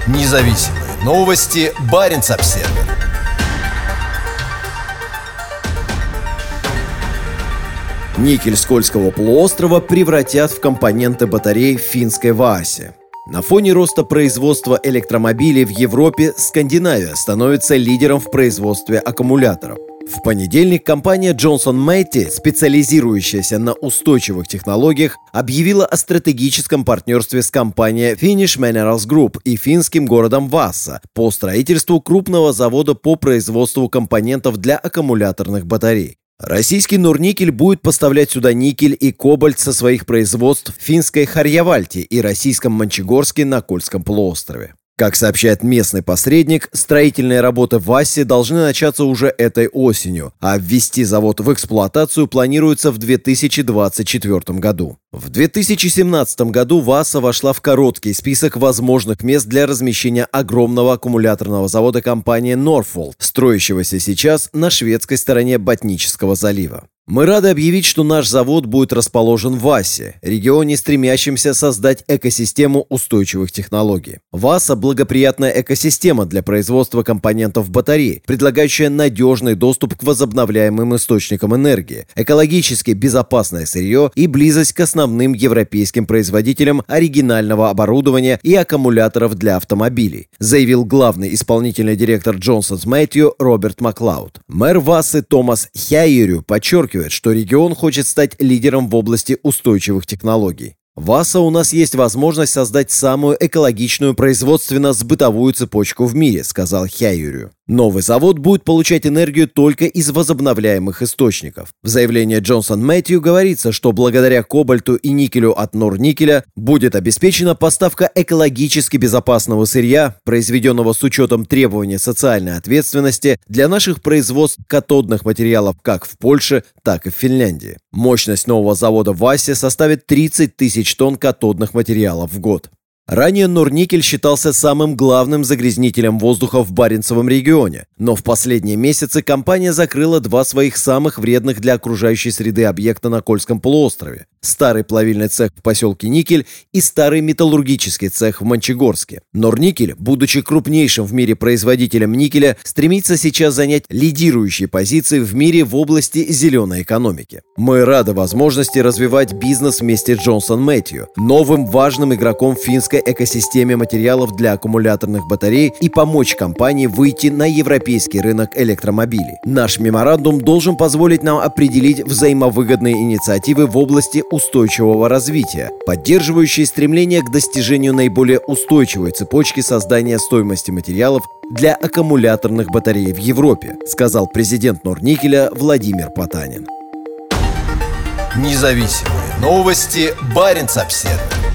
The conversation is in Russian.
Независимые новости. Баренц-Обсервер. Никель с Кольского полуострова превратят в компоненты батарей в финской Ваасе. На фоне роста производства электромобилей в Европе Скандинавия становится лидером в производстве аккумуляторов. В понедельник компания Johnson Matthey, специализирующаяся на устойчивых технологиях, объявила о стратегическом партнерстве с компанией Finnish Minerals Group и финским городом Vaasa по строительству крупного завода по производству компонентов для аккумуляторных батарей. Российский Норникель будет поставлять сюда никель и кобальт со своих производств в финской Харьявальте и российском Мончегорске на Кольском полуострове. Как сообщает местный посредник, строительные работы в Ваасе должны начаться уже этой осенью, а ввести завод в эксплуатацию планируется в 2024 году. В 2017 году Vaasa вошла в короткий список возможных мест для размещения огромного аккумуляторного завода компании Northvolt, строящегося сейчас на шведской стороне Ботнического залива. Мы рады объявить, что наш завод будет расположен в Ваасе, регионе, стремящемся создать экосистему устойчивых технологий. Vaasa – благоприятная экосистема для производства компонентов батарей, предлагающая надежный доступ к возобновляемым источникам энергии, экологически безопасное сырье и близость к основным европейским производителям оригинального оборудования и аккумуляторов для автомобилей, заявил главный исполнительный директор Johnson Matthey Роберт Маклауд. Мэр Ваасы Томас Хяйюрю подчеркивает, что регион хочет стать лидером в области устойчивых технологий. В Vaasa у нас есть возможность создать самую экологичную производственно-сбытовую цепочку в мире, сказал Хяйюрю. Новый завод будет получать энергию только из возобновляемых источников. В заявлении Johnson Matthey говорится, что благодаря кобальту и никелю от Норникеля будет обеспечена поставка экологически безопасного сырья, произведенного с учетом требований социальной ответственности для наших производств катодных материалов как в Польше, так и в Финляндии. Мощность нового завода в Ваасе составит 30 тысяч тонн катодных материалов в год. Ранее Норникель считался самым главным загрязнителем воздуха в Баренцевом регионе, но в последние месяцы компания закрыла два своих самых вредных для окружающей среды объекта на Кольском полуострове – старый плавильный цех в поселке Никель и старый металлургический цех в Мончегорске. Норникель, будучи крупнейшим в мире производителем никеля, стремится сейчас занять лидирующие позиции в мире в области зеленой экономики. Мы рады возможности развивать бизнес вместе с Johnson Matthey, новым важным игроком финской экосистеме материалов для аккумуляторных батарей, и помочь компании выйти на европейский рынок электромобилей. Наш меморандум должен позволить нам определить взаимовыгодные инициативы в области устойчивого развития, поддерживающие стремление к достижению наиболее устойчивой цепочки создания стоимости материалов для аккумуляторных батарей в Европе, сказал президент Норникеля Владимир Потанин. Независимые новости. Баренц-Обсервер.